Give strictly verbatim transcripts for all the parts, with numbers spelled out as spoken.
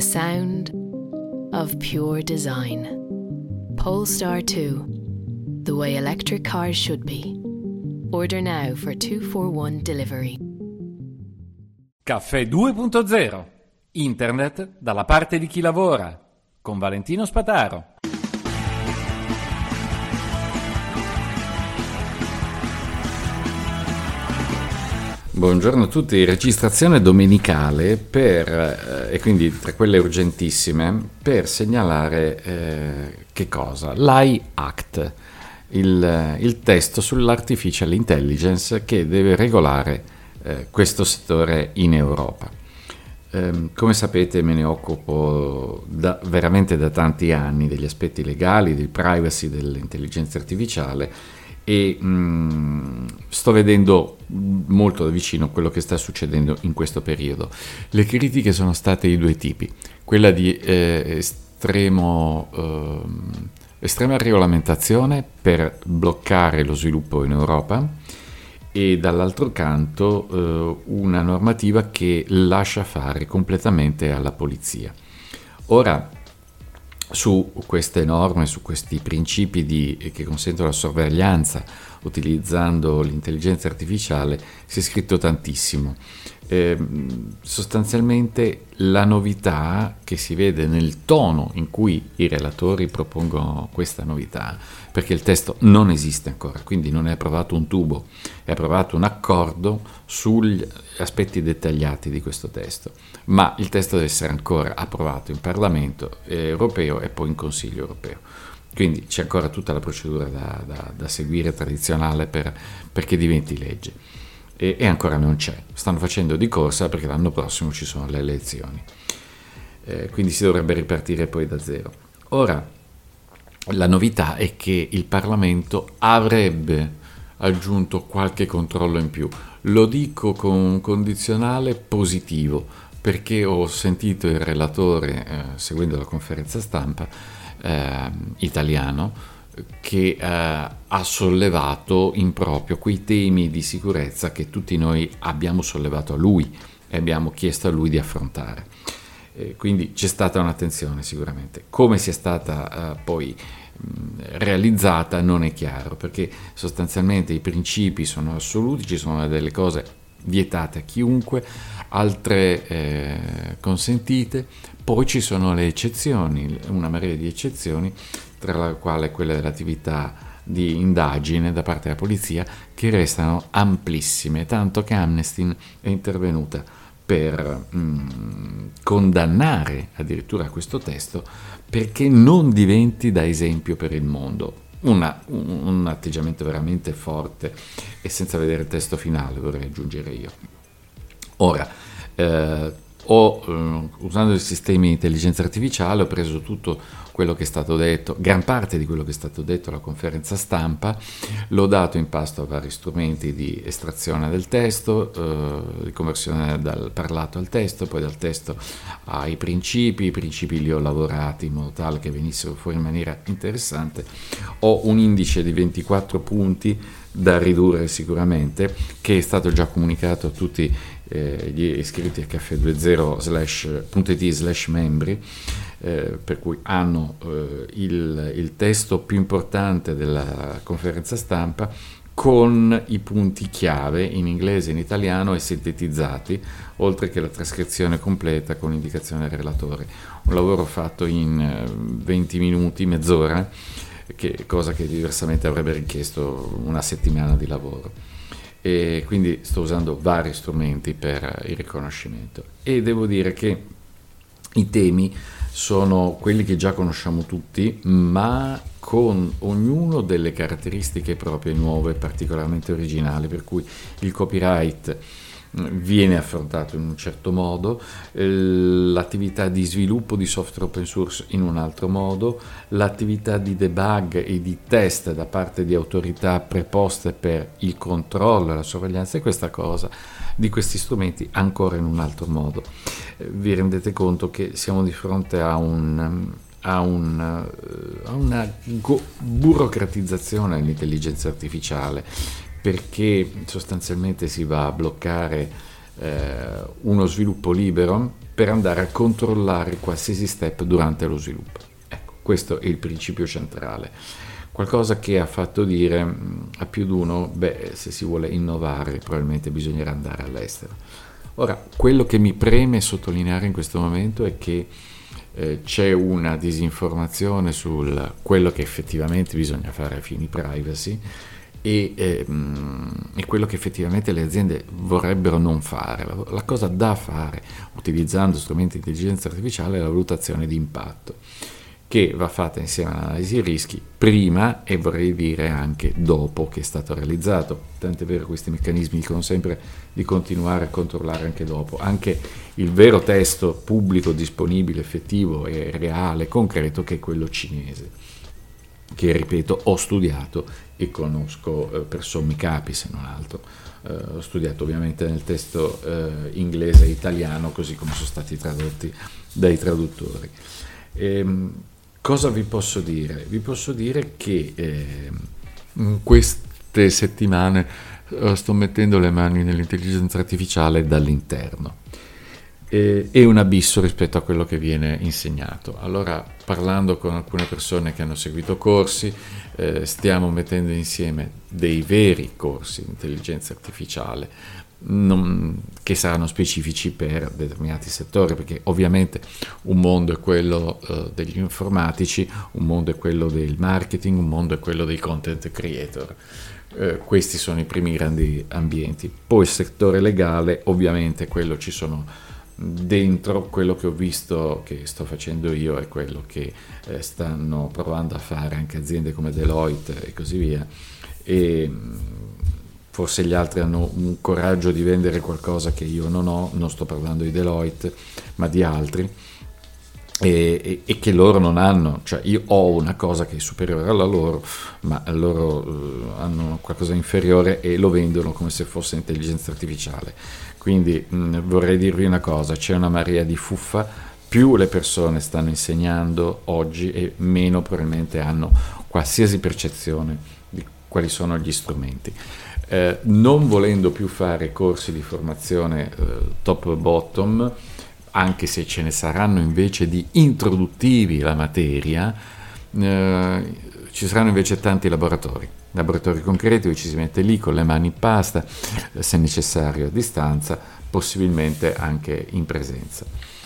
sound of pure design. Polestar two, the way electric cars should be. Order now for two for one delivery. Caffè due punto zero. Internet dalla parte di chi lavora. Con Valentino Spataro. Buongiorno a tutti, registrazione domenicale per, eh, e quindi tra quelle urgentissime, per segnalare eh, che cosa? L'A I Act, il, il testo sull'artificial intelligence che deve regolare eh, questo settore in Europa. Eh, come sapete me ne occupo da, veramente da tanti anni degli aspetti legali, del privacy, dell'intelligenza artificiale e mh, sto vedendo molto da vicino quello che sta succedendo in questo periodo. Le critiche sono state di due tipi, quella di eh, estremo, eh, estrema regolamentazione per bloccare lo sviluppo in Europa e dall'altro canto eh, una normativa che lascia fare completamente alla polizia. Ora, su queste norme, su questi principi di, che consentono la sorveglianza utilizzando l'intelligenza artificiale si è scritto tantissimo. Eh, sostanzialmente la novità che si vede nel tono in cui i relatori propongono questa novità, perché il testo non esiste ancora, quindi non è approvato un tubo, è approvato un accordo sugli aspetti dettagliati di questo testo, ma il testo deve essere ancora approvato in Parlamento europeo e poi in Consiglio europeo. Quindi c'è ancora tutta la procedura da, da, da seguire tradizionale per, perché diventi legge. E, e ancora non c'è. Stanno facendo di corsa perché l'anno prossimo ci sono le elezioni. Eh, quindi si dovrebbe ripartire poi da zero. Ora, la novità è che il Parlamento avrebbe aggiunto qualche controllo in più. Lo dico con un condizionale positivo, perché ho sentito il relatore, eh, seguendo la conferenza stampa, eh, italiano, che eh, ha sollevato in proprio quei temi di sicurezza che tutti noi abbiamo sollevato a lui e abbiamo chiesto a lui di affrontare. Eh, quindi c'è stata un'attenzione sicuramente. Come sia stata eh, poi mh, realizzata non è chiaro, perché sostanzialmente i principi sono assoluti, ci sono delle cose vietate a chiunque, altre eh, consentite, poi ci sono le eccezioni, una marea di eccezioni, tra la quale quella dell'attività di indagine da parte della polizia, che restano amplissime, tanto che Amnesty è intervenuta per mh, condannare addirittura questo testo perché non diventi da esempio per il mondo. Una, un, un atteggiamento veramente forte e senza vedere il testo finale, vorrei aggiungere io. Ora, eh, ho, eh, usando i sistemi di intelligenza artificiale, ho preso tutto quello che è stato detto, gran parte di quello che è stato detto alla conferenza stampa, l'ho dato in pasto a vari strumenti di estrazione del testo, eh, di conversione dal parlato al testo, poi dal testo ai principi, i principi li ho lavorati in modo tale che venissero fuori in maniera interessante. Ho un indice di ventiquattro punti da ridurre sicuramente, che è stato già comunicato a tutti eh, gli iscritti a caffè venti punto it slash membri, eh, per cui hanno eh, il, il testo più importante della conferenza stampa con i punti chiave in inglese e in italiano e sintetizzati, oltre che la trascrizione completa con indicazione del relatore. Un lavoro fatto in eh, venti minuti, mezz'ora, che, cosa che diversamente avrebbe richiesto una settimana di lavoro. E quindi sto usando vari strumenti per il riconoscimento e devo dire che i temi sono quelli che già conosciamo tutti, ma con ognuno delle caratteristiche proprie, nuove, particolarmente originali, per cui il copyright viene affrontato in un certo modo, l'attività di sviluppo di software open source in un altro modo, l'attività di debug e di test da parte di autorità preposte per il controllo e la sorveglianza e questa cosa di questi strumenti ancora in un altro modo. Vi rendete conto che siamo di fronte a un a, un, a una go- burocratizzazione dell'intelligenza artificiale, perché sostanzialmente si va a bloccare eh, uno sviluppo libero per andare a controllare qualsiasi step durante lo sviluppo. Ecco, questo è il principio centrale. Qualcosa che ha fatto dire a più di uno, beh, se si vuole innovare probabilmente bisognerà andare all'estero. Ora, quello che mi preme sottolineare in questo momento è che eh, c'è una disinformazione su quello che effettivamente bisogna fare ai fini privacy e, eh, e quello che effettivamente le aziende vorrebbero non fare. La, la cosa da fare utilizzando strumenti di intelligenza artificiale è la valutazione di impatto, che va fatta insieme all'analisi rischi prima e vorrei dire anche dopo che è stato realizzato. Tant'è vero, questi meccanismi dicono sempre di continuare a controllare anche dopo. Anche il vero testo pubblico disponibile, effettivo e reale, concreto, che è quello cinese, che ripeto ho studiato e conosco eh, per sommi capi, se non altro. Eh, ho studiato ovviamente nel testo eh, inglese e italiano, così come sono stati tradotti dai traduttori. Ehm, Cosa vi posso dire? Vi posso dire che eh, in queste settimane eh, sto mettendo le mani nell'intelligenza artificiale dall'interno. E, è un abisso rispetto a quello che viene insegnato. Allora, parlando con alcune persone che hanno seguito corsi, eh, stiamo mettendo insieme dei veri corsi di intelligenza artificiale, Non, che saranno specifici per determinati settori, perché ovviamente un mondo è quello uh, degli informatici, un mondo è quello del marketing, un mondo è quello dei content creator. Uh, questi sono i primi grandi ambienti. Poi il settore legale, ovviamente quello ci sono dentro. Quello che ho visto che sto facendo io è quello che eh, stanno provando a fare anche aziende come Deloitte e così via, e forse gli altri hanno un coraggio di vendere qualcosa che io non ho, non sto parlando di Deloitte, ma di altri, e, e, e che loro non hanno. Cioè io ho una cosa che è superiore alla loro, ma loro uh, hanno qualcosa di inferiore e lo vendono come se fosse intelligenza artificiale. Quindi mh, vorrei dirvi una cosa, c'è una marea di fuffa, più le persone stanno insegnando oggi e meno probabilmente hanno qualsiasi percezione di quali sono gli strumenti. Eh, non volendo più fare corsi di formazione eh, top bottom, anche se ce ne saranno invece di introduttivi alla materia, eh, ci saranno invece tanti laboratori, laboratori concreti dove ci si mette lì con le mani in pasta, se necessario a distanza, possibilmente anche in presenza.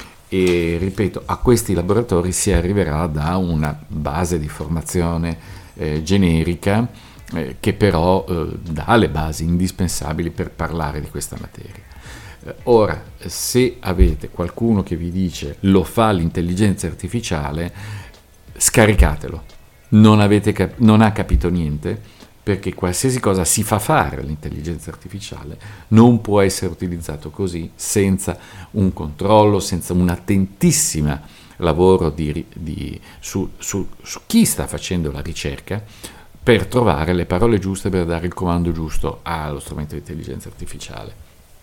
E ripeto, a questi laboratori si arriverà da una base di formazione eh, generica, Eh, che però eh, dà le basi indispensabili per parlare di questa materia. Eh, ora, se avete qualcuno che vi dice lo fa l'intelligenza artificiale, scaricatelo. Non, avete cap- non ha capito niente, perché qualsiasi cosa si fa fare all'intelligenza artificiale non può essere utilizzato così, senza un controllo, senza un attentissimo lavoro di, di, su, su, su chi sta facendo la ricerca, per trovare le parole giuste per dare il comando giusto allo strumento di intelligenza artificiale.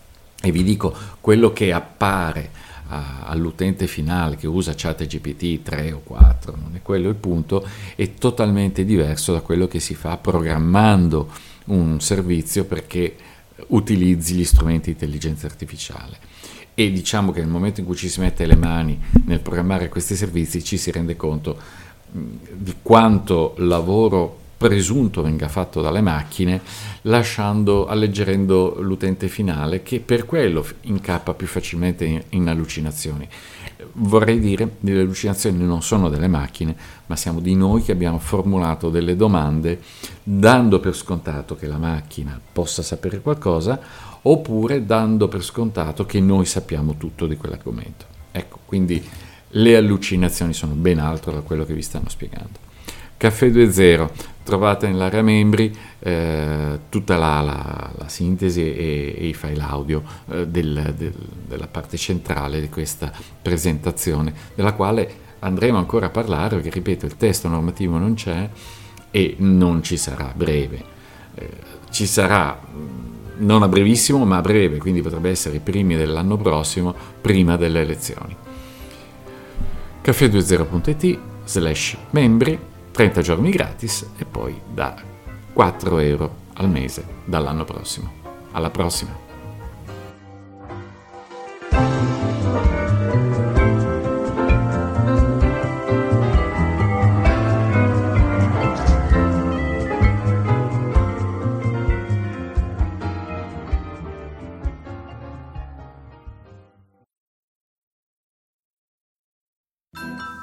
E vi dico, quello che appare a, all'utente finale che usa ChatGPT tre o quattro, non è quello il punto, è totalmente diverso da quello che si fa programmando un servizio perché utilizzi gli strumenti di intelligenza artificiale. E diciamo che nel momento in cui ci si mette le mani nel programmare questi servizi ci si rende conto mh, di quanto lavoro presunto venga fatto dalle macchine, lasciando, alleggerendo l'utente finale, che per quello incappa più facilmente in, in allucinazioni. Vorrei dire, le allucinazioni non sono delle macchine, ma siamo di noi che abbiamo formulato delle domande dando per scontato che la macchina possa sapere qualcosa, oppure dando per scontato che noi sappiamo tutto di quell'argomento. Ecco, quindi le allucinazioni sono ben altro da quello che vi stanno spiegando. Caffè due punto zero, trovate nell'area membri eh, tutta la, la, la sintesi e, e i file audio eh, del, del, della parte centrale di questa presentazione, della quale andremo ancora a parlare, perché ripeto, il testo normativo non c'è e non ci sarà a breve. Eh, ci sarà non a brevissimo, ma a breve, quindi potrebbe essere i primi dell'anno prossimo, prima delle elezioni. caffè due zero punto it slash membri, trenta giorni gratis e poi da quattro euro al mese dall'anno prossimo. Alla prossima!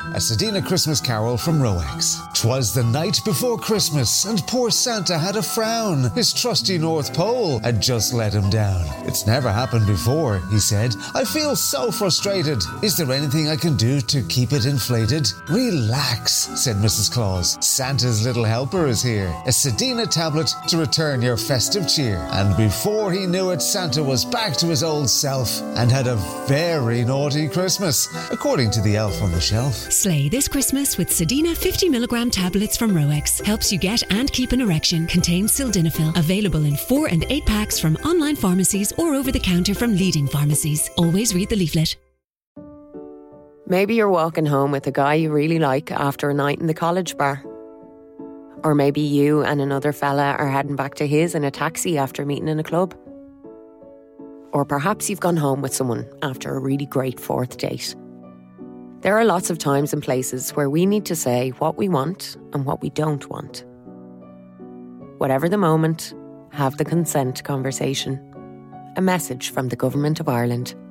A Sedina Christmas Carol from Roex. 'Twas the night before Christmas, and poor Santa had a frown. His trusty North Pole had just let him down. It's never happened before, he said. I feel so frustrated. Is there anything I can do to keep it inflated? Relax, said Missus Claus. Santa's little helper is here. A Sedina tablet to return your festive cheer. And before he knew it, Santa was back to his old self and had a very naughty Christmas, according to the elf on the shelf. Slay this Christmas with Sedina fifty milligram tablets from Roex. Helps you get and keep an erection. Contains sildenafil. Available in four and eight packs from online pharmacies or over the counter from leading pharmacies. Always read the leaflet. Maybe you're walking home with a guy you really like after a night in the college bar. Or maybe you and another fella are heading back to his in a taxi after meeting in a club. Or perhaps you've gone home with someone after a really great fourth date. There are lots of times and places where we need to say what we want and what we don't want. Whatever the moment, have the consent conversation. A message from the Government of Ireland.